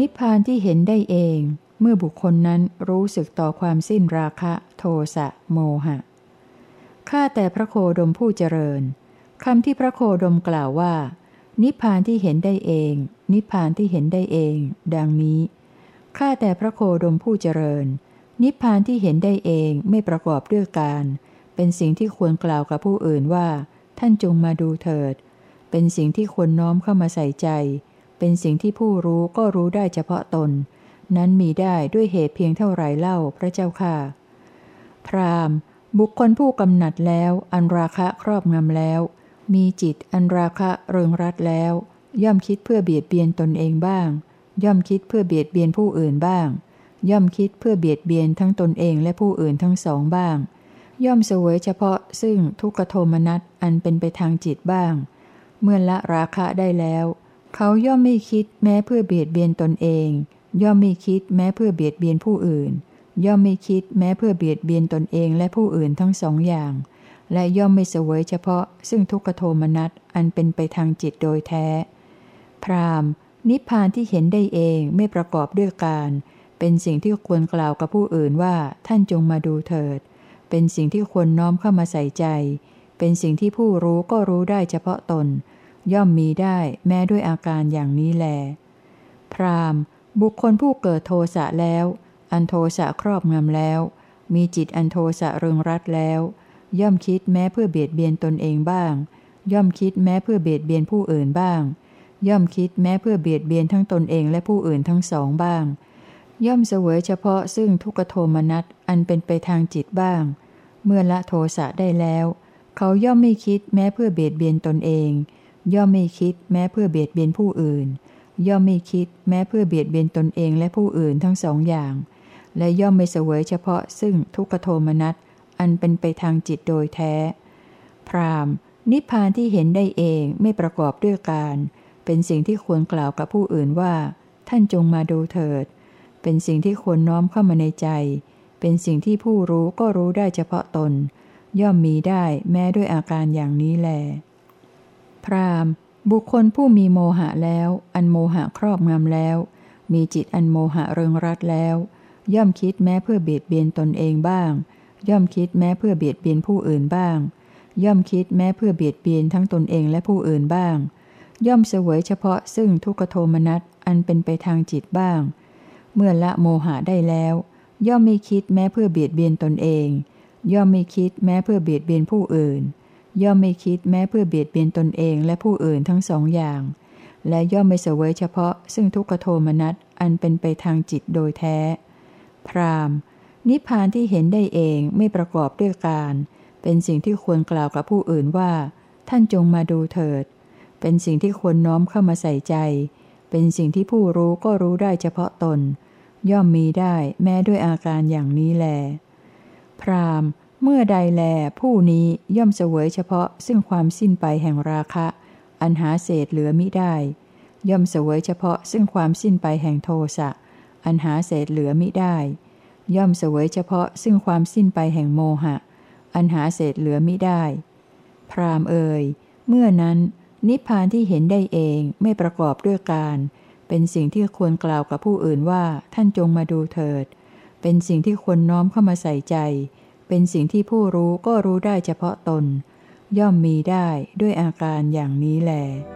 นิพพานที่เห็นได้เองเมื่อบุคคลนั้นรู้สึกต่อความสิ้นราคะโทสะโมหะข้าแต่พระโคดมผู้เจริญคำที่พระโคดมกล่าวว่านิพพานที่เห็นได้เองนิพพานที่เห็นได้เองดังนี้ข้าแต่พระโคดมผู้เจริญนิพพานที่เห็นได้เองไม่ประกอบด้วยการเป็นสิ่งที่ควรกล่าวกับผู้อื่นว่าท่านจงมาดูเถิดเป็นสิ่งที่ควรน้อมเข้ามาใส่ใจเป็นสิ่งที่ผู้รู้ก็รู้ได้เฉพาะตนนั้นมีได้ด้วยเหตุเพียงเท่าไรเล่าพระเจ้าค่ะพราหมณ์บุคคลผู้กำหนัดแล้วอันราคะครอบงำแล้วมีจิตอันราคะเริงรัดแล้วย่อมคิดเพื่อเบียดเบียนตนเองบ้างย่อมคิดเพื่อเบียดเบียนผู้อื่นบ้างย่อมคิดเพื่อเบียดเบียนทั้งตนเองและผู้อื่นทั้งสองบ้างย่อมเสวยเฉพาะซึ่งทุกขโทมนัสอันเป็นไปทางจิตบ้างเมื่อละราคะได้แล้วเขาย่อมไม่คิดแม้เพื่อเบียดเบียนตนเองย่อมไม่คิดแม้เพื่อเบียดเบียนผู้อื่นย่อมไม่คิดแม้เพื่อเบียดเบียนตนเองและผู้อื่นทั้งสองอย่างและย่อมไม่เสวยเฉพาะซึ่งทุกขโทมนัสอันเป็นไปทางจิตโดยแท้พราหมณ์นิพพานที่เห็นได้เองไม่ประกอบด้วยการเป็นสิ่งที่ควรกล่าวกับผู้อื่นว่าท่านจงมาดูเถิดเป็นสิ่งที่ควรน้อมเข้ามาใส่ใจเป็นสิ่งที่ผู้รู้ก็รู้ได้เฉพาะตนย่อมมีได้แม้ด้วยอาการอย่างนี้แลพราหมณ์บุคคลผู้เกิดโทสะแล้วอันโทสะครอบงำแล้วมีจิตอันโทสะเริงรัดแล้วย่อมคิดแม้เพื่อเบียดเบียนตนเองบ้างย่อมคิดแม้เพื่อเบียดเบียนผู้อื่นบ้างย่อมคิดแม้เพื่อเบียดเบียนทั้งตนเองและผู้อื่นทั้งสองบ้างย่อมเสวยเฉพาะซึ่งทุกขโทมนัสอันเป็นไปทางจิตบ้างเมื่อละโทสะได้แล้วเขาย่อมไม่คิดแม้เพื่อเบียดเบียนตนเองย่อมไม่คิดแม้เพื่อเบียดเบียนผู้อื่นย่อมไม่คิดแม้เพื่อเบียดเบียนตนเองและผู้อื่นทั้งสองอย่างและย่อมไม่เสวยเฉพาะซึ่งทุกขโทมนัสอันเป็นไปทางจิตโดยแท้พราหมณ์นิพพานที่เห็นได้เองไม่ประกอบด้วยการเป็นสิ่งที่ควรกล่าวกับผู้อื่นว่าท่านจงมาดูเถิดเป็นสิ่งที่ควรน้อมเข้ามาในใจเป็นสิ่งที่ผู้รู้ก็รู้ได้เฉพาะตนย่อมมีได้แม้ด้วยอาการอย่างนี้แลพราหมณ์บุคคลผู้มีโมหะแล้วอันโมหะครอบงำแล้วมีจิตอันโมหะเริงรัดแล้วย่อมคิดแม้เพื่อเบียดเบียนตนเองบ้างย่อมคิดแม้เพื่อเบียดเบียนผู้อื่นบ้างย่อมคิดแม้เพื่อเบียดเบียนทั้งตนเองและผู้อื่นบ้างย่อมเสวยเฉพาะซึ่งทุกขโทมนัสอันเป็นไปทางจิตบ้างเมื่อละโมหะได้แล้วย่อมไม่คิดแม้เพื่อเบียดเบียนตนเองย่อมไม่คิดแม้เพื่อเบียดเบียนผู้อื่นย่อมไม่คิดแม้เพื่อเบียดเบียนตนเองและผู้อื่นทั้งสองอย่างและย่อมไม่เสวยเฉพาะซึ่งทุกขโทมนัสอันเป็นไปทางจิตโดยแท้พราหมณ์นิพพานที่เห็นได้เองไม่ประกอบด้วยการเป็นสิ่งที่ควรกล่าวกับผู้อื่นว่าท่านจงมาดูเถิดเป็นสิ่งที่ควรน้อมเข้ามาใส่ใจเป็นสิ่งที่ผู้รู้ก็รู้ได้เฉพาะตนย่อมมีได้แม้ด้วยอาการอย่างนี้แลพราหมณ์เมื่อใดแลผู้นี้ย่อมเสวยเฉพาะซึ่งความสิ้นไปแห่งราคะอันหาเศษเหลือมิได้ย่อมเสวยเฉพาะซึ่งความสิ้นไปแห่งโทสะอันหาเศษเหลือมิได้ย่อมเสวยเฉพาะซึ่งความสิ้นไปแห่งโมหะอันหาเศษเหลือมิได้พราหมณ์เอ่ยเมื่อนั้นนิพพานที่เห็นได้เองไม่ประกอบด้วยการเป็นสิ่งที่ควรกล่าวกับผู้อื่นว่าท่านจงมาดูเถิดเป็นสิ่งที่ควรน้อมเข้ามาใส่ใจเป็นสิ่งที่ผู้รู้ก็รู้ได้เฉพาะตนย่อมมีได้ด้วยอาการอย่างนี้แล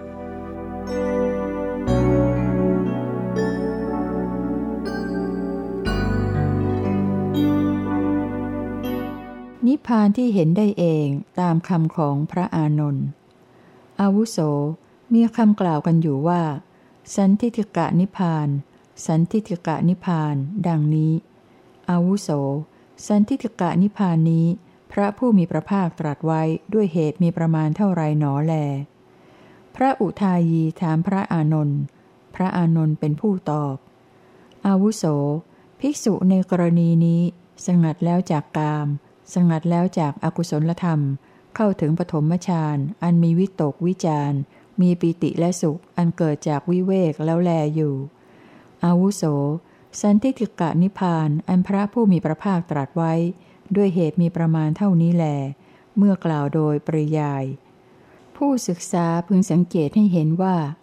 นิพพานที่เห็นได้เองตามคำของพระอานนท์อาวุโสมีคำกล่าวกันอยู่ว่าสันทิฏฐิกะนิพพานสันทิฏฐิกะนิพพานดังนี้อาวุโสสันทิฏฐิกะนิพพานนี้พระผู้มีพระภาคตรัสไว้ด้วยเหตุมีประมาณเท่าไรหนอแลพระอุทายีถามพระอานนท์พระอานนท์เป็นผู้ตอบอาวุโสภิกษุในกรณีนี้สงัดแล้วจากกามสงัดแล้วจากอกุศลธรรมเข้าถึงปฐมฌานอันมีวิตกวิจารมีปิติและสุขอันเกิดจากวิเวกแล้วแลอยู่อาวุโสสันทิฏฐิกะนิพพานอันพระผู้มีพระภาคตรัสไว้ด้วยเหตุมีประมาณเท่านี้แลเมื่อกล่าวโดยปริยายผู้ศึกษาพึงสังเกตให้เห็นว่า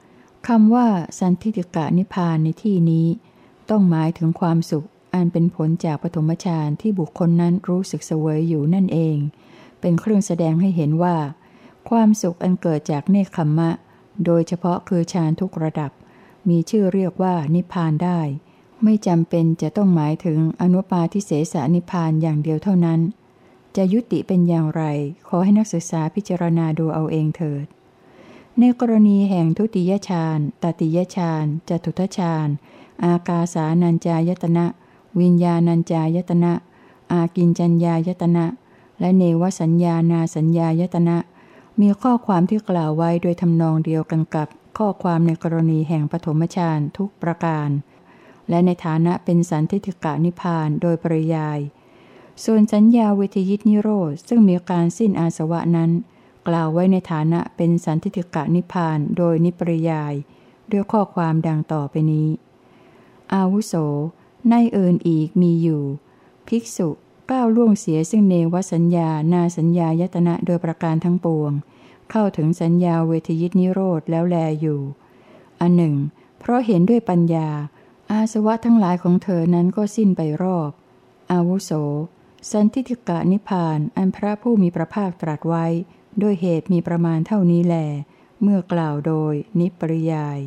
คำว่าสันทิฏฐิกะนิพพานในที่นี้ต้องหมายถึงความสุขอันเป็นผลจากปฐมฌานที่บุคคลนั้นรู้สึกเสวยอยู่นั่นเองเป็นเครื่องแสดงให้เห็นว่าความสุขอันเกิดจากเนคขัมมะโดยเฉพาะคือฌานทุกระดับมีชื่อเรียกว่านิพพานได้ไม่จำเป็นจะต้องหมายถึงอนุปาทิเสสนิพพานอย่างเดียวเท่านั้นจะยุติเป็นอย่างไรขอให้นักศึกษาพิจารณาดูเอาเองเถิดในกรณีแห่งทุติยฌานตติยฌานจตุตฌานอากาสานัญจายตนะวิญญาณัญจายตนะอากิญจัญญายตนะและเนวสัญญานาสัญญายตนะมีข้อความที่กล่าวไว้โดยทำนองเดียวกันกับข้อความในกรณีแห่งปฐมฌานทุกประการและในฐานะเป็นสันทิฏฐิกะนิพพานโดยปริยายส่วนสัญญาเวทยิตนิโรธซึ่งมีการสิ้นอาสวะนั้นกล่าวไว้ในฐานะเป็นสันทิฏฐิกะนิพพานโดยนิปริยายด้วยข้อความดังต่อไปนี้อาวุโสในอื่นอีกมีอยู่ภิกษุก้าวล่วงเสียซึ่งเนวสัญญานาสัญญายตนะโดยประการทั้งปวงเข้าถึงสัญญาเวทยิตนิโรธแล้วแลอยู่อันหนึ่งเพราะเห็นด้วยปัญญาอาสวะทั้งหลายของเธอนั้นก็สิ้นไปรอบอาวุโสสันทิฏฐิกะนิพพานอันพระผู้มีพระภาคตรัสไว้ด้วยเหตุมีประมาณเท่านี้แลเมื่อกล่าวโดยนิปริยาย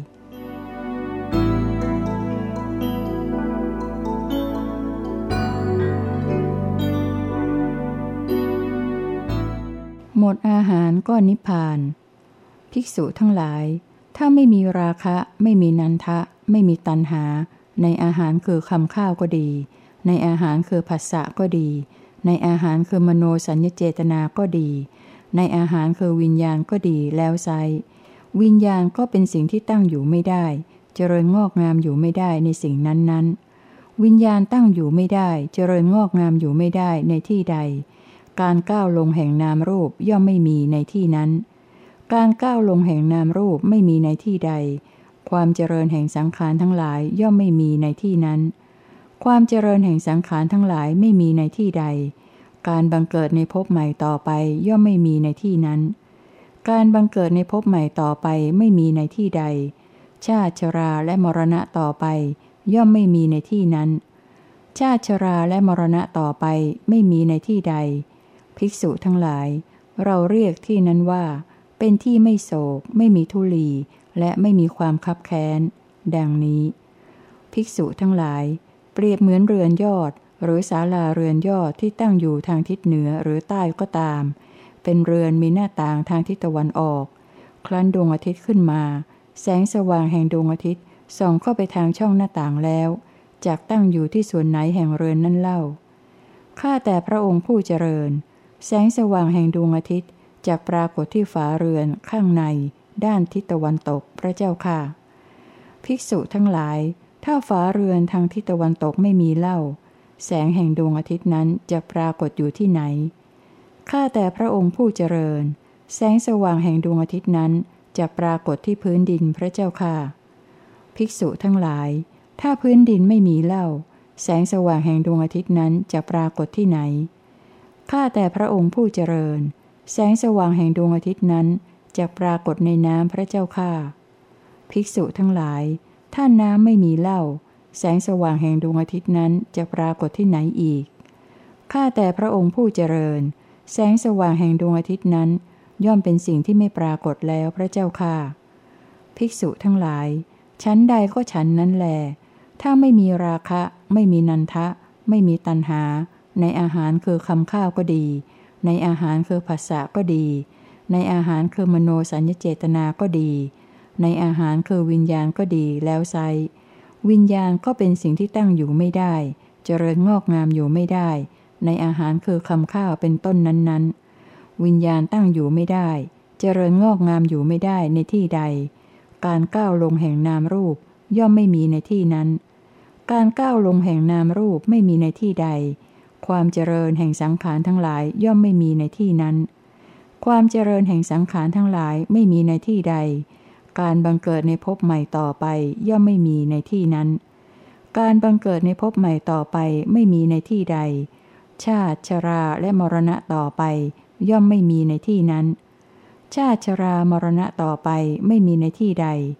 หมดอาหารก็นิพพานภิกษุทั้งหลายถ้าไม่มีราคะไม่มีนันทะไม่มีตัณหาในอาหารคือคำข้าวก็ดีในอาหารคือผัสสะก็ดีในอาหารคือมโนสัญญเจตนาก็ดีในอาหารคือวิญญาณก็ดีแล้วไซวิญญาณก็เป็นสิ่งที่ตั้งอยู่ไม่ได้เจริญงอกงามอยู่ไม่ได้ในสิ่งนั้นๆวิญญาณตั้งอยู่ไม่ได้เจริญงอกงามอยู่ไม่ได้ในที่ใดการก้าวลงแห่งนามรูปย่อมไม่มีในที่นั้นการก้าวลงแห่งนามรูปไม่มีในที่ใดความเจริญแห่งสังขารทั้งหลายย่อมไม่มีในที่นั้นความเจริญแห่งสังขารทั้งหลายไม่มีในที่ใดการบังเกิดในภพใหม่ต่อไปย่อมไม่มีในที่นั้นการบังเกิดในภพใหม่ต่อไปไม่มีในที่ใดชาติชราและมรณะต่อไปย่อมไม่มีในที่นั้นชาติชราและมรณะต่อไปไม่มีในที่ใดภิกษุทั้งหลายเราเรียกที่นั้นว่าเป็นที่ไม่โศกไม่มีทุลีและไม่มีความคับแค้นดังนี้ภิกษุทั้งหลายเปรียบเหมือนเรือนยอดหรือศาลาเรือนยอดที่ตั้งอยู่ทางทิศเหนือหรือใต้ก็ตามเป็นเรือนมีหน้าต่างทางทิศตะวันออกครั้นดวงอาทิตย์ขึ้นมาแสงสว่างแห่งดวงอาทิตย์ส่องเข้าไปทางช่องหน้าต่างแล้วจักตั้งอยู่ที่ส่วนไหนแห่งเรือนนั้นเล่าข้าแต่พระองค์ผู้เจริญแสงสว่างแห่งดวงอาทิตย์จักปรากฏที่ฝาเรือนข้างในด้านทิศตะวันตกพระเจ้าค่ะภิกษุทั้งหลายถ้าฝาเรือนทางทิศตะวันตกไม่มีเล่าแสงแห่งดวงอาทิตย์นั้นจะปรากฏอยู่ที่ไหนข้าแต่พระองค์ผู้เจริญแสงสว่างแห่งดวงอาทิตย์นั้นจะปรากฏที่พื้นดินพระเจ้าค่ะภิกษุทั้งหลายถ้าพื้นดินไม่มีเล่าแสงสว่างแห่งดวงอาทิตย์นั้นจะปรากฏที่ไหนข้าแต่พระองค์ผู้เจริญแสงสว่างแห่งดวงอาทิตย์นั้นจะปรากฏในน้ำพระเจ้าค่ะภิกษุทั้งหลายถ้าน้ำไม่มีเล่าแสงสว่างแห่งดวงอาทิตย์นั้นจะปรากฏที่ไหนอีกข้าแต่พระองค์ผู้เจริญแสงสว่างแห่งดวงอาทิตย์นั้นย่อมเป็นสิ่งที่ไม่ปรากฏแล้วพระเจ้าค่ะภิกษุทั้งหลายชั้นใดก็ฉันนั้นแลถ้าไม่มีราคะไม่มีนันทะไม่มีตัณหาในอาหารคือคำข้าวก็ดีในอาหารคือผัสสะก็ดีในอาหารคือมโนสัญญเจตนาก็ดีในอาหารคือวิญญาณก็ดีแล้วไซวิญญาณก็เป็นสิ่งที่ตั้งอยู่ไม่ได้เจริญงอกงามอยู่ไม่ได้ในอาหารคือคำข้าวเป็นต้นนั้นๆวิญญาณตั้งอยู่ไม่ได้เจริญงอกงามอยู่ไม่ได้ในที่ใดการก้าวลงแห่งนามรูปย่อมไม่มีในที่นั้นการก้าวลงแห่งนามรูปไม่มีในที่ใดความเจริญแห่งสังขารทั้งหลายย่อมไม่มีในที่นั้นความเจริญแห่งสังขารทั้งหลายไม่มีในที่ใดการบังเกิดในภพใหม่ต่อไปย่อมไม่มีในที่นั้นการบังเกิดในภพใหม่ต่อไปไม่มีในที่ใดชาติชราและมรณะต่อไปย่อมไม่มีในที่นั้นชาติชรามรณะต่อไปไม่มีในที่ใด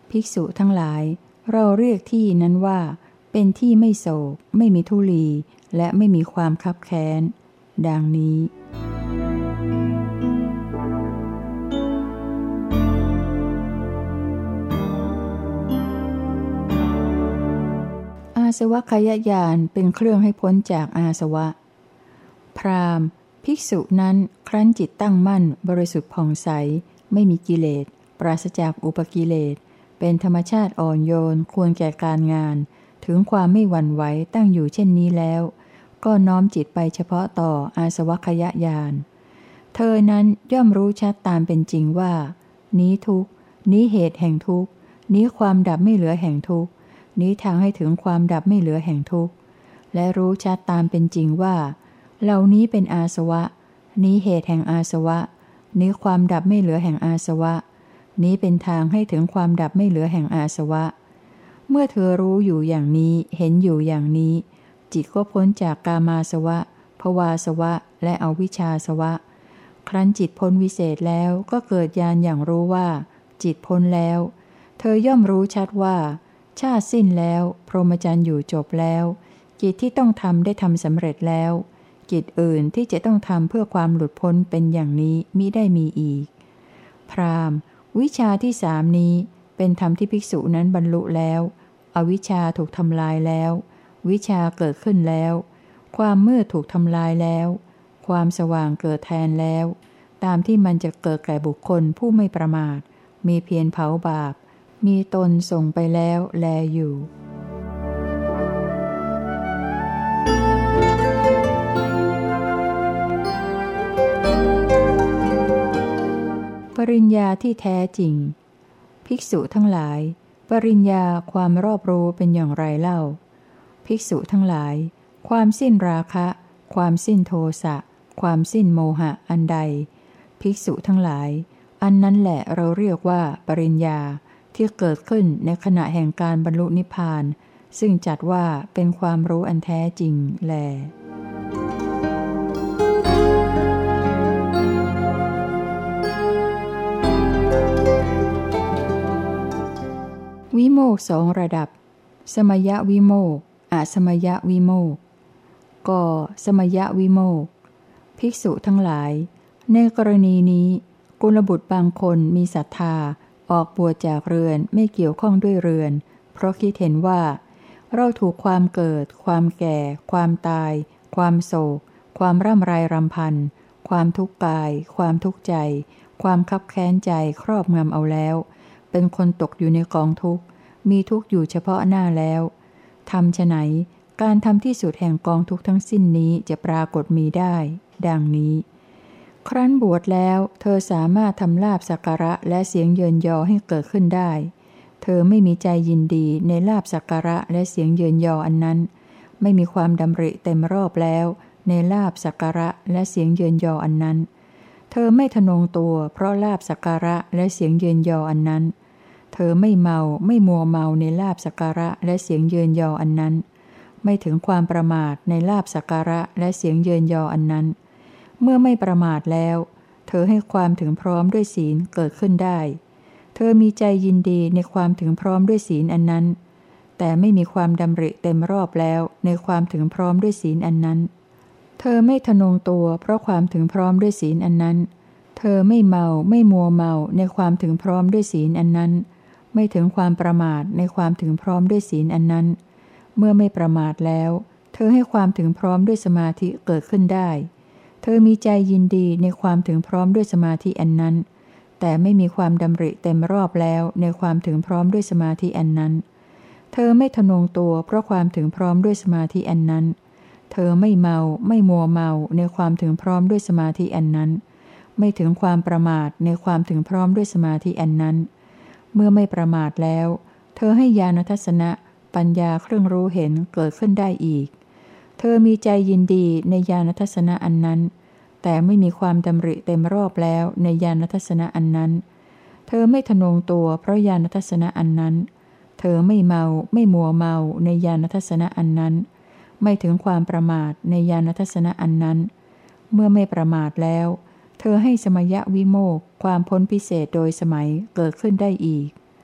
ภิกษุทั้งหลายเราเรียกที่นั้นว่าเป็นที่ไม่โศกไม่มีทุลีและไม่มีความคับแค้นดังนี้อาสวะขยญาณเป็นเครื่องให้พ้นจากอาสวะพราหมณ์ภิกษุนั้นครั้นจิตตั้งมั่นบริสุทธิ์ผ่องใสไม่มีกิเลสปราศจากอุปกิเลสเป็นธรรมชาติอ่อนโยนควรแก่การงานถึงความไม่หวั่นไหวตั้งอยู่เช่นนี้แล้วก็น้อมจิตไปเฉพาะต่ออาสวะขยญาณเธอนั้นย่อมรู้ชัดตามเป็นจริงว่านี้ทุกข์นี้เหตุแห่งทุกข์นี้ความดับไม่เหลือแห่งทุกข์นี้ทางให้ถึงความดับไม่เหลือแห่งทุกข์และรู้ชัดตามเป็นจริงว่าเหล่านี้เป็นอาสวะนี้เหตุแห่งอาสวะนี้ความดับไม่เหลือแห่งอาสวะนี้เป็นทางให้ถึงความดับไม่เหลือแห่งอาสวะเมื่อเธอรู้อยู่อย่างนี้เห็นอยู่อย่างนี้จิตก็พ้นจากกามาสวะภวาสวะและอวิชชาสวะครั้นจิตพ้นวิเศษแล้วก็เกิดญาณอย่างรู้ว่าจิตพ้นแล้วเธอย่อมรู้ชัดว่าชาติสิ้นแล้วพรหมจรรย์อยู่จบแล้วกิจที่ต้องทำได้ทำสำเร็จแล้วกิจอื่นที่จะต้องทำเพื่อความหลุดพ้นเป็นอย่างนี้มิได้มีอีกพราหมณ์วิชาที่สามนี้เป็นธรรมที่ภิกษุนั้นบรรลุแล้วอวิชชาถูกทำลายแล้ววิชาเกิดขึ้นแล้วความมืดถูกทำลายแล้วความสว่างเกิดแทนแล้วตามที่มันจะเกิดแก่บุคคลผู้ไม่ประมาทมีเพียรเผาบาปมีตนส่งไปแล้วแลอยู่ปริญญาที่แท้จริงภิกษุทั้งหลายปริญญาความรอบรู้เป็นอย่างไรเล่าภิกษุทั้งหลายความสิ้นราคะความสิ้นโทสะความสิ้นโมหะอันใดภิกษุทั้งหลายอันนั้นแหละเราเรียกว่าปริญญาที่เกิดขึ้นในขณะแห่งการบรรลุนิพพานซึ่งจัดว่าเป็นความรู้อันแท้จริงแลวิโมกข์สองระดับสมยวิโมกข์อสมยวิโมกข์กสมยวิโมกข์ภิกษุทั้งหลายในกรณีนี้กุลบุตรบางคนมีศรัทธาออกบวชจากเรือนไม่เกี่ยวข้องด้วยเรือนเพราะคิดเห็นว่าเราถูกความเกิดความแก่ความตายความโศกความร่ำไรรำพันความทุกข์กายความทุกข์ใจความคับแค้นใจครอบงำเอาแล้วเป็นคนตกอยู่ในกองทุกข์มีทุกข์อยู่เฉพาะหน้าแล้วทำไฉนการทำที่สุดแห่งกองทุกข์ทั้งสิ้นนี้จะปรากฏมีได้ดังนี้ครั้นบวชแล้วเธอสามารถทำลาภสักการะและเสียงเยินยอให้เกิดขึ้นได้เธอไม่มีใจยินดีในลาภสักการะและเสียงเยินยออันนั้นไม่มีความดำริเต็มรอบแล้วในลาภสักการะและเสียงเยินยออันนั้นเธอไม่ทะนงตัวเพราะลาภสักการะและเสียงเยินยออันนั้นเธอไม่เมาไม่มัวเมาในลาภสักการะและเสียงเยินยออันนั้นไม่ถึงความประมาทในลาภสักการะและเสียงเยินยออันนั้นเมื่อไม่ประมาทแล้วเธอให้ความถึงพร้อมด้วยศีลเกิดขึ้นได้เธอมีใจยินดีในความถึงพร้อมด้วยศีลอันนั้นแต่ไม่มีความดำริเต็มรอบแล้วในความถึงพร้อมด้วยศีลอันนั้นเธอไม่ทะนงตัวเพราะความถึงพร้อมด้วยศีลอันนั้นเธอไม่เมาไม่มัวเมาในความถึงพร้อมด้วยศีลอันนั้นไม่ถึงความประมาทในความถึงพร้อมด้วยศีลอันนั้นเมื่อไม่ประมาทแล้วเธอให้ความถึงพร้อมด้วยสมาธิเกิดขึ้นได้เธอมีใจยินดีในความถึงพร้อมด้วยสมาธิอันนั้นแต่ไม่มีความดำริเต็มรอบแล้วในความถึงพร้อมด้วยสมาธิอันนั้นเธอไม่ทะนงตัวเพราะความถึงพร้อมด้วยสมาธิอันนั้นเธอไม่เมาไม่มัวเมาในความถึงพร้อมด้วยสมาธิอันนั้นไม่ถึงความประมาทในความถึงพร้อมด้วยสมาธิอันนั้นเมื่อไม่ประมาทแล้วเธอให้ญาณทัสสนะปัญญาเครื่องรู้เห็นเกิดขึ้นได้อีกเธอมีใจยินดีในญาณทัสสนะอันนั้นแต่ไม่มีความดำริเต็มรอบแล้วในญาณทัสสนะอันนั้นเธอไม่ทะนงตัวเพราะญาณทัสสนะอันนั้นเธอไม่เมาไม่มัวเมาในญาณทัสสนะอันนั้นไม่ถึงความประมาทในญาณทัสสนะอันนั้นเมื่อไม่ประมาทแล้วเธอให้สมยวิโมกข์ความพ้นพิเศษโดยสมัยเกิดขึ้นได้อีก ภิ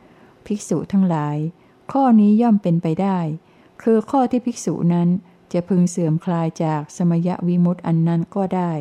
ภิกษุทั้งหลายข้อนี้ย่อมเป็นไปได้คือข้อที่ภิกษุนั้นจะพึงเสื่อมคลายจากสมยวิมุตติอันนั้นก็ได้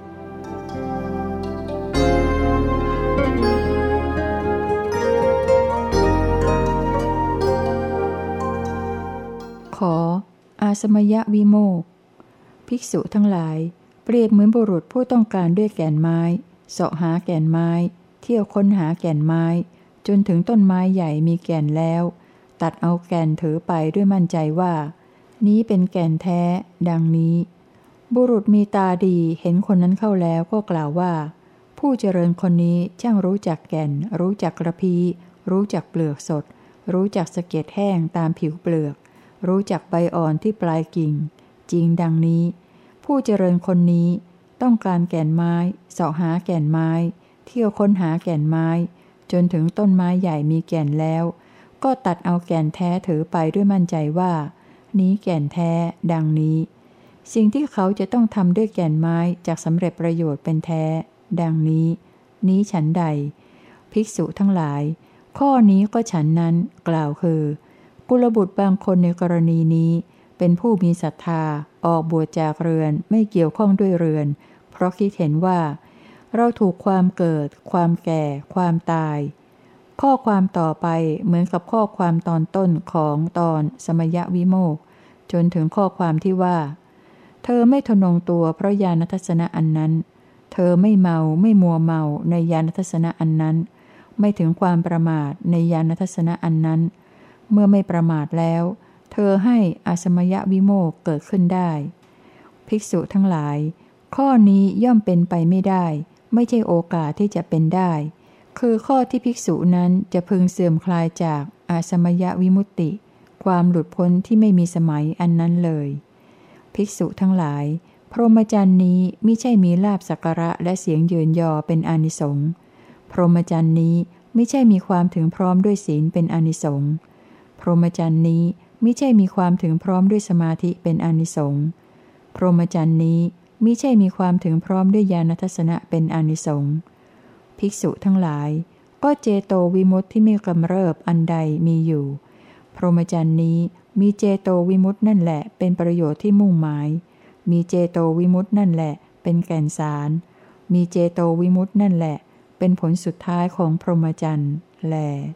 ขออาสมยวิโมกข์ภิกษุทั้งหลายเปรียบเหมือนบุรุษผู้ต้องการด้วยแก่นไม้เสาะหาแก่นไม้เที่ยวค้นหาแก่นไม้จนถึงต้นไม้ใหญ่มีแก่นแล้วตัดเอาแก่นถือไปด้วยมั่นใจว่านี้เป็นแก่นแท้ดังนี้บุรุษมีตาดีเห็นคนนั้นเข้าแล้วก็กล่าวว่าผู้เจริญคนนี้ช่างรู้จักแก่นรู้จักกระพี้รู้จักเปลือกสดรู้จักสะเก็ดแห้งตามผิวเปลือกรู้จักใบอ่อนที่ปลายกิ่งจริงดังนี้ผู้เจริญคนนี้ต้องการแก่นไม้เสาะหาแก่นไม้เที่ยวค้นหาแก่นไม้จนถึงต้นไม้ใหญ่มีแก่นแล้วก็ตัดเอาแก่นแท้ถือไปด้วยมั่นใจว่านี้แก่นแท้ดังนี้สิ่งที่เขาจะต้องทำด้วยแก่นไม้จากสำเร็จประโยชน์เป็นแท้ดังนี้นี้ฉันใดภิกษุทั้งหลายข้อนี้ก็ฉันนั้นกล่าวคือกุลบุตรบางคนในกรณีนี้เป็นผู้มีศรัทธาออกบวชจากเรือนไม่เกี่ยวข้องด้วยเรือนเพราะคิดเห็นว่าเราถูกความเกิดความแก่ความตายข้อความต่อไปเหมือนกับข้อความตอนต้นของตอนสมยวิโมกข์จนถึงข้อความที่ว่าเธอไม่ทะนงตัวเพราะญาณทัศนะอันนั้นเธอไม่เมาไม่มัวเมาในญาณทัศนะอันนั้นไม่ถึงความประมาทในญาณทัศนะอันนั้นเมื่อไม่ประมาทแล้วเธอให้อาสมยวิโมกข์เกิดขึ้นได้ภิกษุทั้งหลายข้อนี้ย่อมเป็นไปไม่ได้ไม่ใช่โอกาสที่จะเป็นได้คือข้อที่ภิกษุนั้นจะพึงเสื่อมคลายจากอาสมยวิมุตติความหลุดพ้นที่ไม่มีสมัยอันนั้นเลยภิกษุทั้งหลายพรหมจรรย์นี้มิใช่มีลาภสักการะและเสียงเยินยอเป็นอานิสงส์พรหมจรรย์นี้มิใช่มีความถึงพร้อมด้วยศีลเป็นอานิสงส์พรหมจรรย์นี้มิใช่มีความถึงพร้อมด้วยสมาธิเป็นอานิสงส์พรหมจรรย์นี้มิใช่มีความถึงพร้อมด้วยญาณทัศนะเป็นอานิสงส์ภิกษุทั้งหลายก็เจโตวิมุตติที่ไม่กำเริบอันใดมีอยู่พรหมจรรย์นี้มีเจโตวิมุตตินั่นแหละเป็นประโยชน์ที่มุ่งหมายมีเจโตวิมุตตินั่นแหละเป็นแก่นสารมีเจโตวิมุตตินั่นแหละเป็นผลสุดท้ายของพรหมจรรย์แล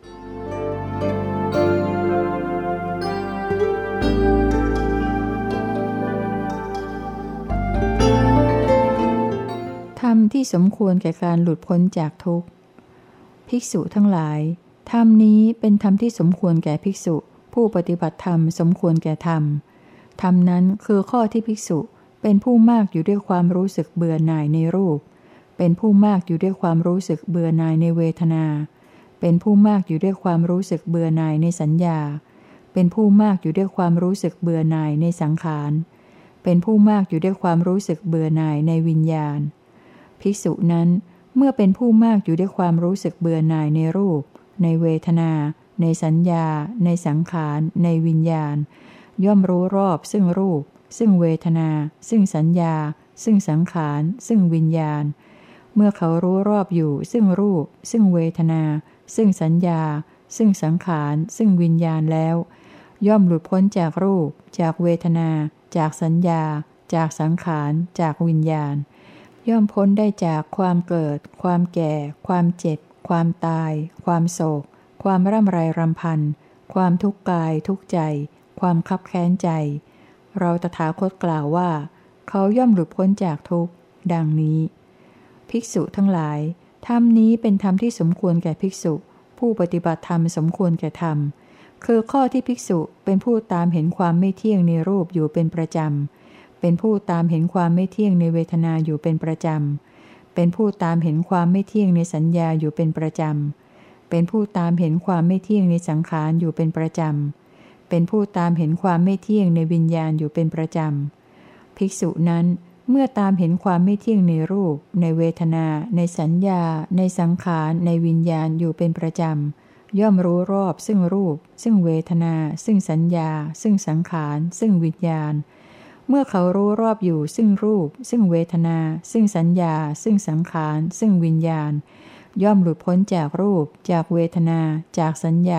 ธรรมที่สมควรแก่การหลุดพ้นจากทุกข์ภิกษุทั้งหลายธรรมนี้เป็นธรรมที่สมควรแก่ภิกษุผู้ปฏิบัติธรรมสมควรแก่ธรรมธรรมนั้นคือข้อที่ภิกษุเป็นผู้มากอยู่ด้วยความรู้สึกเบื่อหน่ายในรูปเป็นผู้มากอยู่ด้วยความรู้สึกเบื่อหน่ายในเวทนาเป็นผู้มากอยู่ด้วยความรู้สึกเบื่อหน่ายในสัญญาเป็นผู้มากอยู่ด้วยความรู้สึกเบื่อหน่ายในสังขารเป็นผู้มากอยู่ด้วยความรู้สึกเบื่อหน่ายในวิญญาณภิกษุนั้นเมื่อเป็นผู้มากอยู่ด้วยความรู้สึกเบื่อหน่ายในรูปในเวทนาในสัญญาในสังขารในวิญญาณย่อมรู้รอบซึ่งรูปซึ่งเวทนาซึ่งสัญญาซึ่งสังขารซึ่งวิญญาณเมื่อเขารู้รอบอยู่ซึ่งรูปซึ่งเวทนาซึ่งสัญญาซึ่งสังขารซึ่งวิญญาณแล้วย่อมหลุดพ้นจากรูปจากเวทนาจากสัญญาจากสังขารจากวิญญาณย่อมพ้นได้จากความเกิดความแก่ความเจ็บความตายความโศกความร่ำไรรำพันความทุกข์กายทุกข์ใจความคับแค้นใจเราตถาคตกล่าวว่าเขาย่อมหลุดพ้นจากทุกข์ดังนี้ภิกษุทั้งหลายธรรมนี้เป็นธรรมที่สมควรแก่ภิกษุผู้ปฏิบัติธรรมสมควรแก่ธรรมคือข้อที่ภิกษุเป็นผู้ตามเห็นความไม่เที่ยงในรูปอยู่เป็นประจำเป็นผู้ตามเห็นความไม่เที่ยงในเวทนาอยู่เป็นประจำเป็นผู้ตามเห็นความไม่เที่ยงในสัญญาอยู่เป็นประจำเป็นผู้ตามเห็นความไม่เที่ยงในสังขารอยู่เป็นประจำเป็นผู้ตามเห็นความไม่เที่ยงในวิญญาณอยู่เป็นประจำภิกษุนั้นเมื่อตามเห็นความไม่เที่ยงในรูปในเวทนาในสัญญาในสังขารในวิญญาณอยู่เป็นประจำย่อมรู้รอบซึ่งรูปซึ่งเวทนาซึ่งสัญญาซึ่งสังขารซึ่งวิญญาณเมื่อเขารู้รอบอยู่ซึ่งรูปซึ่งเวทนาซึ่งสัญญาซึ่งสังขารซึ่งวิญญาณย่อมหลุดพ้นจากรูปจากเวทนาจากสัญญา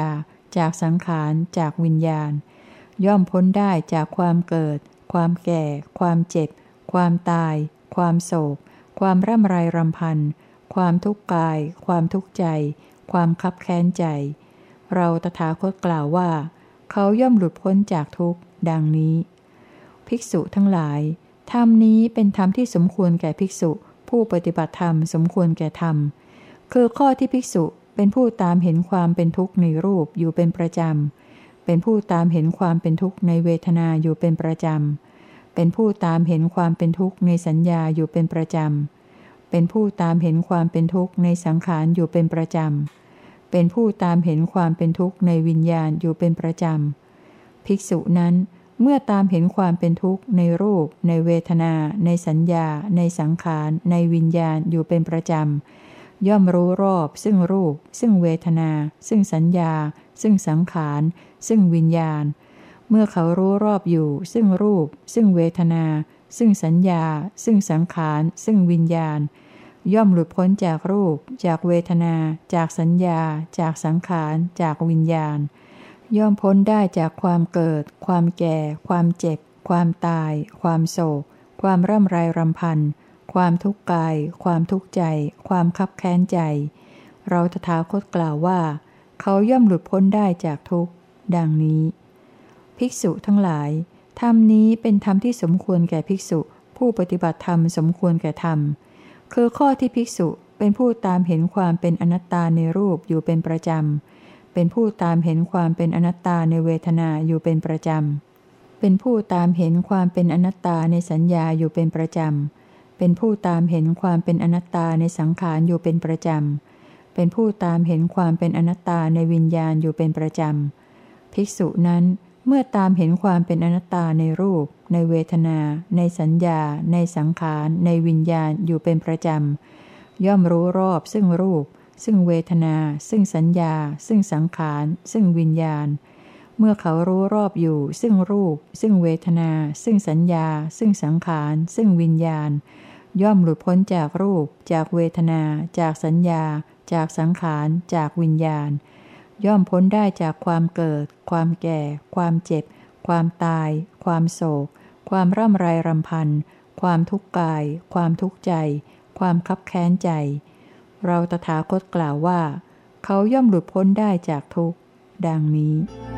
จากสังขารจากวิญญาณย่อมพ้นได้จากความเกิดความแก่ความเจ็บความตายความโศกความร่ำไรรำพันความทุกข์กายความทุกข์ใจความคับแค้นใจเราตถาคตกล่าวว่าเขาย่อมหลุดพ้นจากทุกข์ดังนี้ภิกษุทั้งหลายธรรมนี้เป็นธรรมที่สมควรแก่ภิกษุผู้ปฏิบัติธรรมสมควรแก่ธรรมคือข้อที่ภิกษุเป็นผู้ตามเห็นความเป็นทุกข์ในรูปอยู่เป็นประจำเป็นผู้ตามเห็นความเป็นทุกข์ในเวทนาอยู่เป็นประจำเป็นผู้ตามเห็นความเป็นทุกข์ในสัญญาอยู่เป็นประจำเป็นผู้ตามเห็นความเป็นทุกข์ในสังขารอยู่เป็นประจำเป็นผู้ตามเห็นความเป็นทุกข์ในวิญญาณอยู่เป็นประจำภิกษุนั้นเมื่อตามเห็นความเป็นทุกข์ในรูปในเวทนาในสัญญาในสังขารในวิญญาณอยู่เป็นประจำย่อมรู้รอบซึ่งรูปซึ่งเวทนาซึ่งสัญญาซึ่งสังขารซึ่งวิญญาณเมื่อเขารู้รอบอยู่ซึ่งรูปซึ่งเวทนาซึ่งสัญญาซึ่งสังขารซึ่งวิญญาณย่อมหลุดพ้นจากรูปจากเวทนาจากสัญญาจากสังขารจากวิญญาณย่อมพ้นได้จากความเกิดความแก่ความเจ็บความตายความโศกความร่ำไรรำพันความทุกข์กายความทุกข์ใจความคับแค้นใจเราตถาคตกล่าวว่าเขาย่อมหลุดพ้นได้จากทุกข์ดังนี้ภิกษุทั้งหลายธรรมนี้เป็นธรรมที่สมควรแก่ภิกษุผู้ปฏิบัติธรรมสมควรแก่ธรรมคือข้อที่ภิกษุเป็นผู้ตามเห็นความเป็นอนัตตาในรูปอยู่เป็นประจำเป็นผู้ตามเห็นความเป็นอนัตตาในเวทนาอยู่เป็นประจำเป็นผู้ตามเห็นความเป็นอนัตตาในสัญญาอยู่เป็นประจำเป็นผู้ตามเห็นความเป็นอนัตตาในสังขารอยู่เป็นประจำเป็นผู้ตามเห็นความเป็นอนัตตาในวิญญาณอยู่เป็นประจำภิกษุนั้นเมื่อตามเห็นความเป็นอนัตตาในรูปในเวทนาในสัญญาในสังขารในวิญญาณอยู่เป็นประจำย่อมรู้รอบซึ่งรูปซึ่งเวทนาซึ่งสัญญาซึ่งสังขารซึ่งวิญญาณเมื่อเขารู้รอบอยู่ซึ่งรูปซึ่งเวทนาซึ่งสัญญาซึ่งสังขารซึ่งวิญญาณย่อมหลุดพ้นจากรูปจากเวทนาจากสัญญาจากสังขารจากวิญญาณย่อมพ้นได้จากความเกิดความแก่ความเจ็บความตายความโศกความร่ำไรรำพันความทุกข์กายความทุกข์ใจความคับแค้นใจเราตถาคตกล่าวว่าเขาย่อมหลุดพ้นได้จากทุกข์ดังนี้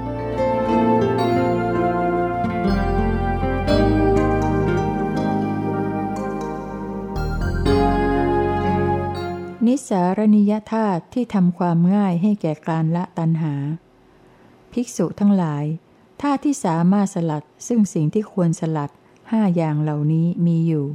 นิสสารณิยธาตุที่ทำความง่ายให้แก่การละตัณหาภิกษุทั้งหลายธาตุที่สามารถสลัดซึ่งสิ่งที่ควรสลัด5อย่างเหล่านี้มีอยู่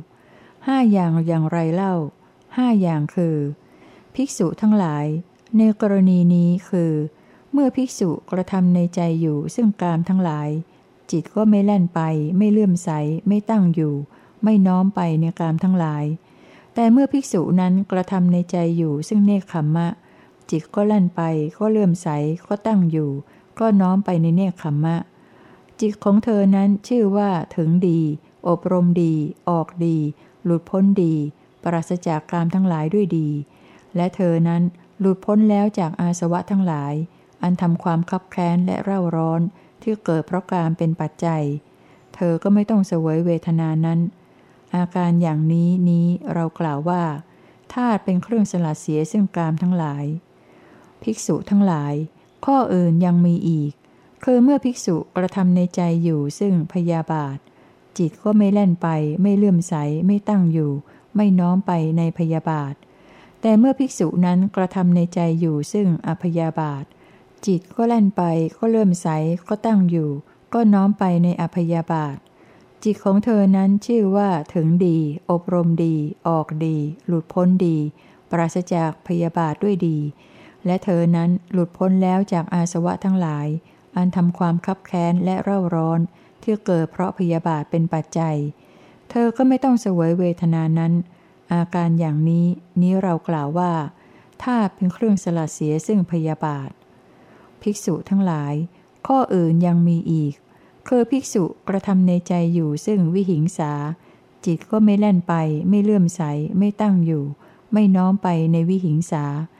5อย่างอย่างไรเล่า5อย่างคือภิกษุทั้งหลายในกรณีนี้คือเมื่อภิกษุกระทำในใจอยู่ซึ่งกามทั้งหลายจิตก็ไม่แล่นไปไม่เลื่อมใสไม่ตั้งอยู่ไม่น้อมไปในกามทั้งหลายแต่เมื่อภิกษุนั้นกระทำในใจอยู่ซึ่งเนกขัมมะจิตก็แล่นไปก็เลื่อมใสก็ตั้งอยู่ก็น้อมไปในเนกขัมมะจิตของเธอนั้นชื่อว่าถึงดีอบรมดีออกดีหลุดพ้นดีปราศจากกามทั้งหลายด้วยดีและเธอนั้นหลุดพ้นแล้วจากอาสวะทั้งหลายอันทำความคับแค้นและเร่าร้อนที่เกิดเพราะกามเป็นปัจจัยเธอก็ไม่ต้องเสวยเวทนานั้นอาการอย่างนี้เรากล่าวว่าธาตุเป็นเครื่องสลัดเสียซึ่งกามทั้งหลายภิกษุทั้งหลายข้ออื่นยังมีอีกคือเมื่อภิกษุกระทำในใจอยู่ซึ่งพยาบาทจิตก็ไม่แล่นไปไม่เลื่อมใสไม่ตั้งอยู่ไม่น้อมไปในพยาบาทแต่เมื่อภิกษุนั้นกระทำในใจอยู่ซึ่งอพยาบาทจิตก็แล่นไปก็เลื่อมใสก็ตั้งอยู่ก็น้อมไปในอพยาบาทจิตของเธอนั้นชื่อว่าถึงดีอบรมดีออกดีหลุดพ้นดีปราศจากพยาบาทด้วยดีและเธอนั้นหลุดพ้นแล้วจากอาสวะทั้งหลายอันทำความคับแค้นและเร่าร้อนที่เกิดเพราะพยาบาทเป็นปัจจัยเธอก็ไม่ต้องเสวยเวทนานั้นอาการอย่างนี้เรากล่าวว่าธาตุเป็นเครื่องสลัดเสียซึ่งพยาบาทภิกษุทั้งหลายข้ออื่นยังมีอีกคือภิกษุกระทำในใจอยู่ซึ่งวิหิงสาจิตก็ไม่แล่นไปไม่เลื่อมใสไม่ตั้งอยู่ไม่น้อมไปในวิหิงสา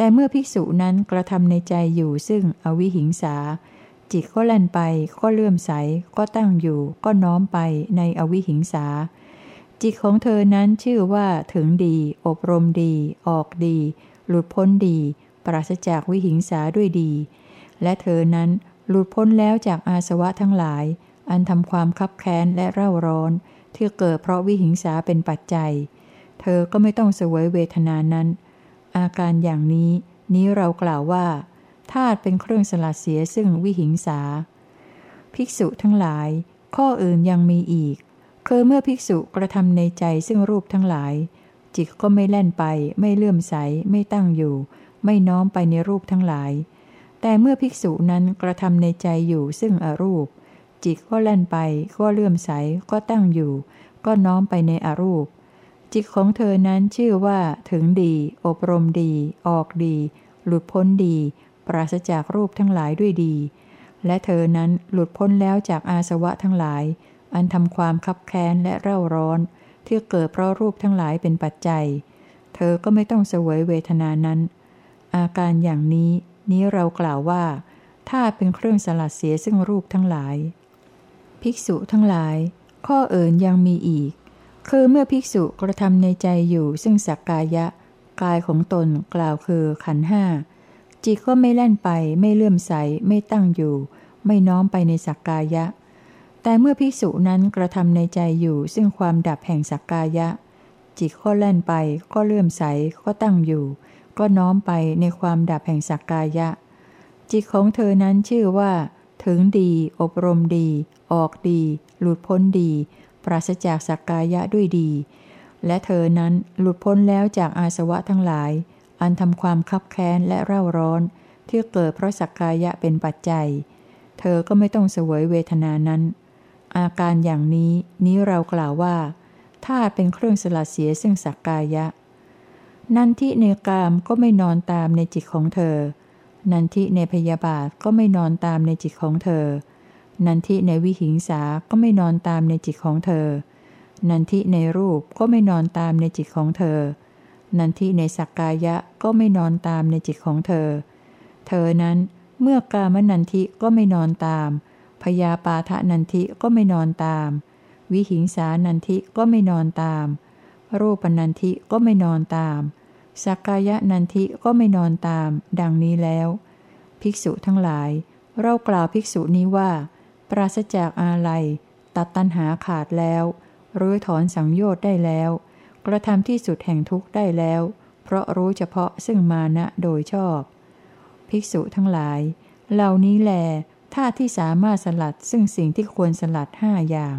แต่เมื่อภิกษุนั้นกระทำในใจอยู่ซึ่งอวิหิงสาจิตก็แล่นไปก็เลื่อมใสก็ตั้งอยู่ก็น้อมไปในอวิหิงสาจิตของเธอนั้นชื่อว่าถึงดีอบรมดีออกดีหลุดพ้นดีปราศจากวิหิงสาด้วยดีและเธอนั้นหลุดพ้นแล้วจากอาสวะทั้งหลายอันทำความคับแค้นและเร่าร้อนที่เกิดเพราะวิหิงสาเป็นปัจจัยเธอก็ไม่ต้องเสวยเวทนานั้นอาการอย่างนี้เรากล่าวว่าธาตุเป็นเครื่องสลัดเสียซึ่งวิหิงสาภิกษุทั้งหลายข้ออื่นยังมีอีกคือเมื่อภิกษุกระทำในใจซึ่งรูปทั้งหลายจิตก็ไม่แล่นไปไม่เลื่อมใสไม่ตั้งอยู่ไม่น้อมไปในรูปทั้งหลายแต่เมื่อภิกษุนั้นกระทำในใจอยู่ซึ่งอรูปจิตก็แล่นไปก็เลื่อมใสก็ตั้งอยู่ก็น้อมไปในอรูปจิตของเธอนั้นชื่อว่าถึงดีอบรมดีออกดีหลุดพ้นดีปราศจากรูปทั้งหลายด้วยดีและเธอนั้นหลุดพ้นแล้วจากอาสวะทั้งหลายอันทำความคับแค้นและเร่าร้อนที่เกิดเพราะรูปทั้งหลายเป็นปัจจัยเธอก็ไม่ต้องเสวยเวทนานั้นอาการอย่างนี้เรากล่าวว่าธาตุเป็นเครื่องสลัดเสียซึ่งรูปทั้งหลายภิกษุทั้งหลายข้ออื่นยังมีอีกคือเมื่อภิกษุกระทำในใจอยู่ซึ่งสักกายะกายของตนกล่าวคือขันธ์ห้าจิตก็ไม่แล่นไปไม่เลื่อมใสไม่ตั้งอยู่ไม่น้อมไปในสักกายะแต่เมื่อภิกษุนั้นกระทำในใจอยู่ซึ่งความดับแห่งสักกายะจิตก็แล่นไปก็เลื่อมใสก็ตั้งอยู่ก็น้อมไปในความดับแห่งสักกายะจิตของเธอนั้นชื่อว่าถึงดีอบรมดีออกดีหลุดพ้นดีปราศจากสักกายะด้วยดีและเธอนั้นหลุดพ้นแล้วจากอาสวะทั้งหลายอันทำความคับแค้นและเร่าร้อนที่เกิดเพราะสักกายะเป็นปัจจัยเธอก็ไม่ต้องเสวยเวทนานั้นอาการอย่างนี้เรากล่าวว่าธาตุเป็นเครื่องสลัดเสียซึ่งสักกายะนันทิในกามก็ไม่นอนตามในจิตของเธอนันทิในพยาบาทก็ไม่นอนตามในจิตของเธอนันทิในวิหิงสาก็ไม่นอนตามในจิตของเธอนันทิในรูปก็ไม่นอนตามในจิตของเธอนันทิในสักกายะก็ไม่นอนตามในจิตของเธอเธอนั้นเมื่อกามนันทิก็ไม่นอนตามพยาปาทะนันทิก็ไม่นอนตามวิหิงสานันทิก็ไม่นอนตามรูปนันทิก็ไม่นอนตามสักกายะนันทิก็ไม่นอนตามดังนี้แล้วภิกษุทั้งหลายเรากล่าวภิกษุนี้ว่าปราศจากอาลัยตัดตัณหาขาดแล้วรื้อถอนสังโยชน์ได้แล้วกระทำที่สุดแห่งทุกข์ได้แล้วเพราะรู้เฉพาะซึ่งมานะโดยชอบภิกษุทั้งหลายเหล่านี้แลธาตุที่สามารถสลัดซึ่งสิ่งที่ควรสลัดห้าอย่าง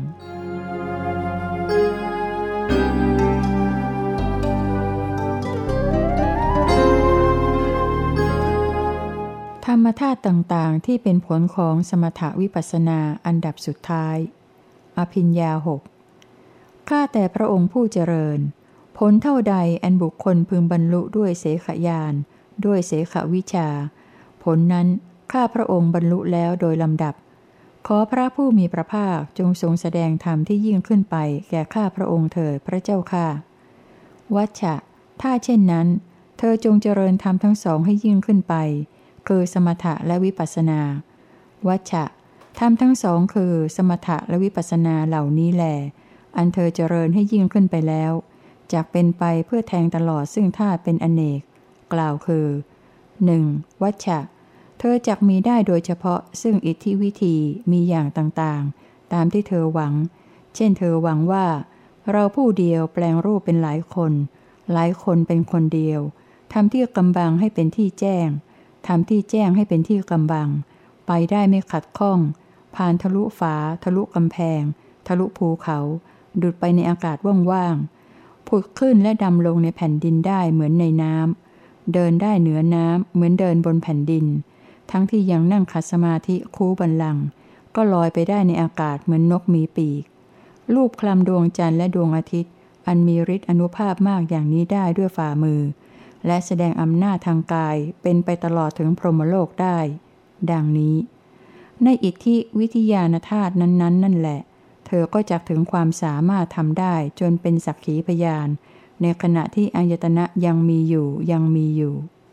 ธรรมธาตุต่างๆที่เป็นผลของสมถวิปัสสนาอันดับสุดท้ายอภิญญา 6ข้าแต่พระองค์ผู้เจริญผลเท่าใดอันบุคคลพึงบรรลุด้วยเสขญาณด้วยเสขวิชาผลนั้นข้าพระองค์บรรลุแล้วโดยลำดับขอพระผู้มีพระภาคจงทรงแสดงธรรมที่ยิ่งขึ้นไปแก่ข้าพระองค์เถิดพระเจ้าข้าวัชชะถ้าเช่นนั้นเธอจงเจริญธรรมทั้งสองให้ยิ่งขึ้นไปคือสมถะและวิปัสสนาวัชชะธรรมทั้งสองคือสมถะและวิปัสสนาเหล่านี้แลอันเธอเจริญให้ยิ่งขึ้นไปแล้วจากเป็นไปเพื่อแทงตลอดซึ่งธาตุเป็นอเนกกล่าวคือ 1. วัชชะเธอจักมีได้โดยเฉพาะซึ่งอิทธิวิธีมีอย่างต่างๆตามที่เธอหวังเช่นเธอหวังว่าเราผู้เดียวแปลงรูปเป็นหลายคนหลายคนเป็นคนเดียวทำที่กำบังให้เป็นที่แจ้งทำที่แจ้งให้เป็นที่กำบังไปได้ไม่ขัดข้องผ่านทะลุฝาทะลุกำแพงทะลุภูเขาดุดไปในอากาศว่างๆผุดขึ้นและดำลงในแผ่นดินได้เหมือนในน้ำเดินได้เหนือน้ำเหมือนเดินบนแผ่นดินทั้งที่ยังนั่งขัดสมาธิคูบัลลังก์ก็ลอยไปได้ในอากาศเหมือนนกมีปีกลูบคลำดวงจันทร์และดวงอาทิตย์อันมีฤทธิ์อนุภาพมากอย่างนี้ได้ด้วยฝ่ามือและแสดงอำนาจทางกายเป็นไปตลอดถึงพรหมโลกได้ดังนี้ในอิทธิวิทยานธาตุนั้นนั่นแหละเธอก็จักถึงความสามารถทำได้จนเป็นสักขีพยานในขณะที่อายตนะยังมีอยู่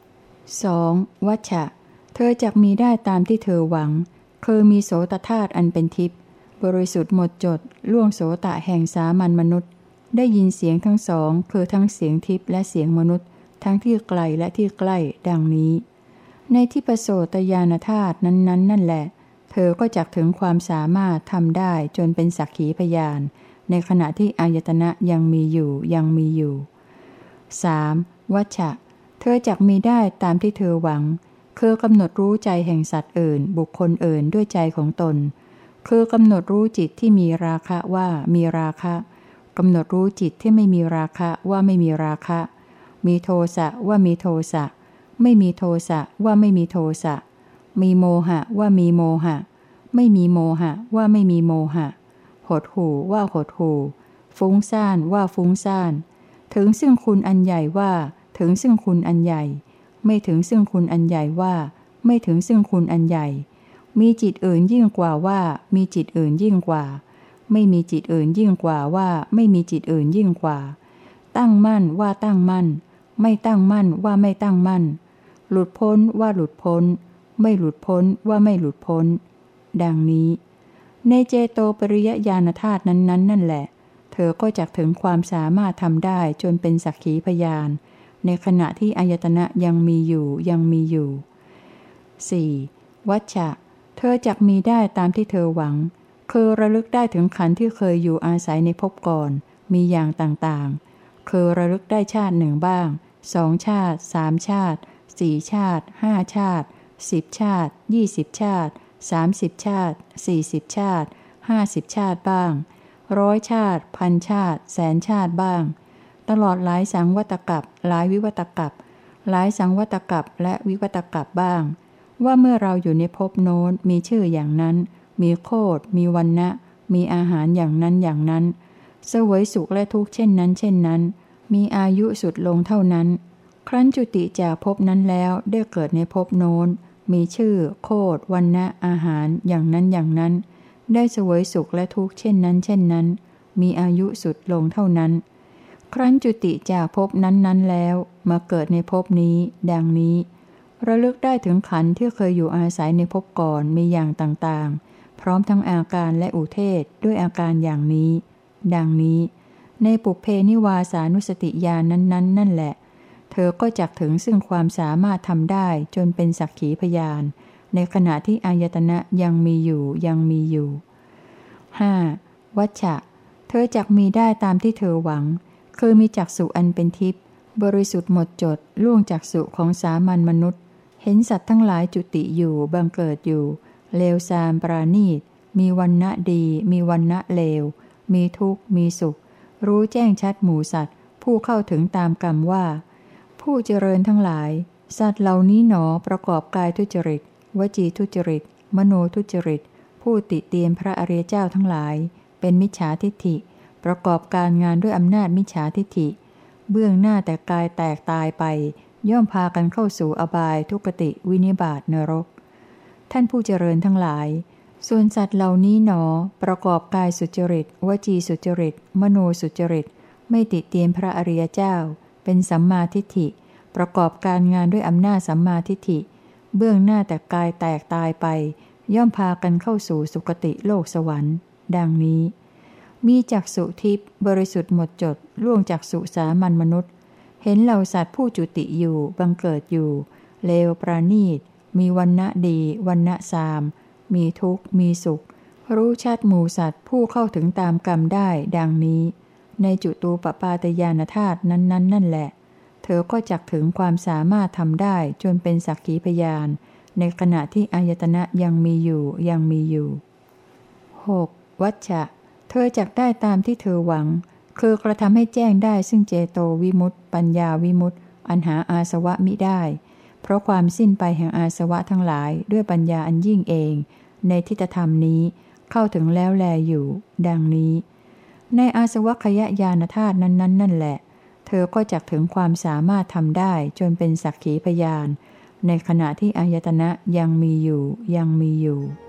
2. วัชชะเธอจักมีได้ตามที่เธอหวังคือมีโสตธาตุอันเป็นทิพย์บริสุทธิ์หมดจดล่วงโสตะแห่งสามัญมนุษย์ได้ยินเสียงทั้งสองคือทั้งเสียงทิพย์และเสียงมนุษย์ทั้งที่ไกลและที่ใกล้ดังนี้ในที่ประโสตญาณธาตุนั้นนั่นแหละเธอก็จักถึงความสามารถทำได้จนเป็นสักขีพยานในขณะที่อายตนะยังมีอยู่ 3. วัชชะเธอจักมีได้ตามที่เธอหวังคือกำหนดรู้ใจแห่งสัตว์อื่นบุคคลอื่นด้วยใจของตนคือกำหนดรู้จิตที่มีราคะว่ามีราคะกำหนดรู้จิตที่ไม่มีราคะว่าไม่มีราคะมีโทสะว่ามีโทสะไม่มีโทสะว่าไม่มีโทสะมีโมหะว่ามีโมหะไม่มีโมหะว่าไม่มีโมหะหดหู่ว่าหดหู่ฟุ้งซ่านว่าฟุ้งซ่านถึงซึ่งคุณอันใหญ่ว่าถึงซึ่งคุณอันใหญ่ไม่ถึงซึ่งคุณอันใหญ่ว่าไม่ถึงซึ่งคุณอันใหญ่มีจิตอื่นยิ่งกว่าว่ามีจิตอื่นยิ่งกว่าไม่มีจิตอื่นยิ่งกว่าว่าไม่มีจิตอื่นยิ่งกว่าตั้งมั่นว่าตั้งมั่นไม่ตั้งมั่นว่าไม่ตั้งมั่นหลุดพ้นว่าหลุดพ้นไม่หลุดพ้นว่าไม่หลุดพ้นดังนี้ในเจโตปริยญาณธาตุนั้นนั่นแหละเธอก็จักถึงความสามารถทำได้จนเป็นสักขีพยานในขณะที่อายตนะยังมีอยู่ 4. วัชชะเธอจักมีได้ตามที่เธอหวังคือระลึกได้ถึงขันธ์ที่เคยอยู่อาศัยในภพก่อนมีอย่างต่างๆคือระลึกได้ชาติหนึ่งบ้าง2 ชาติ3 ชาติ4 ชาติ5 ชาติ10 ชาติ20 ชาติ30 ชาติ40 ชาติ50 ชาติบ้าง100 ชาติพันชาติแสนชาติบ้างตลอดหลายสังวัตกัปหลายวิวัตกัปหลายสังวัตกัปและวิวัตกัปบ้างว่าเมื่อเราอยู่ในภพโน้นมีชื่ออย่างนั้นมีโคตรมีวรรณะมีอาหารอย่างนั้นเสวยสุขและทุกข์เช่นนั้นมีอายุสุดลงเท่านั้นครั้นจุติจากภพนั้นแล้วได้เกิดในภพโน้นมีชื่อโคตรวรรณะอาหารอย่างนั้นได้เสวยสุขและทุกข์เช่นนั้นมีอายุสุดลงเท่านั้นครั้นจุติจากภพนั้นแล้วมาเกิดในภพนี้ดังนี้ระลึกได้ถึงขันธ์ที่เคยอยู่อาศัยในภพก่อนมีอย่างต่างๆพร้อมทั้งอาการและอุเทศด้วยอาการอย่างนี้ดังนี้ในปุพเพนิวาสานุสติญาณนั้นนั่นแหละเธอก็จักถึงซึ่งความสามารถทำได้จนเป็นสักขีพยานในขณะที่อายตนะยังมีอยู่ 5. วัชชะเธอจักมีได้ตามที่เธอหวังคือมีจักษุอันเป็นทิพย์บริสุทธิ์หมดจดล่วงจักษุของสามัญมนุษย์เห็นสัตว์ทั้งหลายจุติอยู่บังเกิดอยู่เลวทรามปราณีตมีวรรณะดีมีวรรณะเลวมีทุกข์มีสุขรู้แจ้งชัดหมู่สัตว์ผู้เข้าถึงตามกรรมว่าผู้เจริญทั้งหลายสัตว์เหล่านี้หนอประกอบกายทุจริตวจีทุจริตมโนทุจริตผู้ติเตียนพระอริยเจ้าทั้งหลายเป็นมิจฉาทิฏฐิประกอบการงานด้วยอำนาจมิจฉาทิฏฐิเบื้องหน้าแต่กายแตกตายไปย่อมพากันเข้าสู่อบายทุกติวินิบาตนรกท่านผู้เจริญทั้งหลายส่วนสัตว์เหล่านี้หนอประกอบกายสุจริตวจีสุจริตมโนสุจริตไม่ติเตียนพระอริยเจ้าเป็นสัมมาทิฏฐิประกอบการงานด้วยอำนาจสัมมาทิฏฐิเบื้องหน้าแต่กายแตกตายไปย่อมพากันเข้าสู่สุคติโลกสวรรค์ดังนี้มีจักษุทิพย์บริสุทธิ์หมดจดล่วงจักษุสามัญมนุษย์เห็นเหล่าสัตว์ผู้จุติอยู่บังเกิดอยู่เลวปราณีตมีวรรณะดีวรรณะซามมีทุกข์มีสุขรู้ชัดหมู่สัตว์ผู้เข้าถึงตามกรรมได้ดังนี้ในจุตูปปาตญาณธาตุนั้นนั่นแหละเธอก็จักถึงความสามารถทำได้จนเป็นสักขีพยานในขณะที่อายตนะยังมีอยู่ 6. วัชชะเธอจักได้ตามที่เธอหวังคือกระทำให้แจ้งได้ซึ่งเจโตวิมุตติปัญญาวิมุตติอันหาอาสวะมิได้เพราะความสิ้นไปแห่งอาสวะทั้งหลายด้วยปัญญาอันยิ่งเองในทิฏฐธรรมนี้เข้าถึงแล้วแลอยู่ดังนี้ในอาสวะขยญาณธาตุนั้นนั่นแหละเธอก็จักถึงความสามารถทำได้จนเป็นสักขีพยานในขณะที่อายตนะยังมีอยู่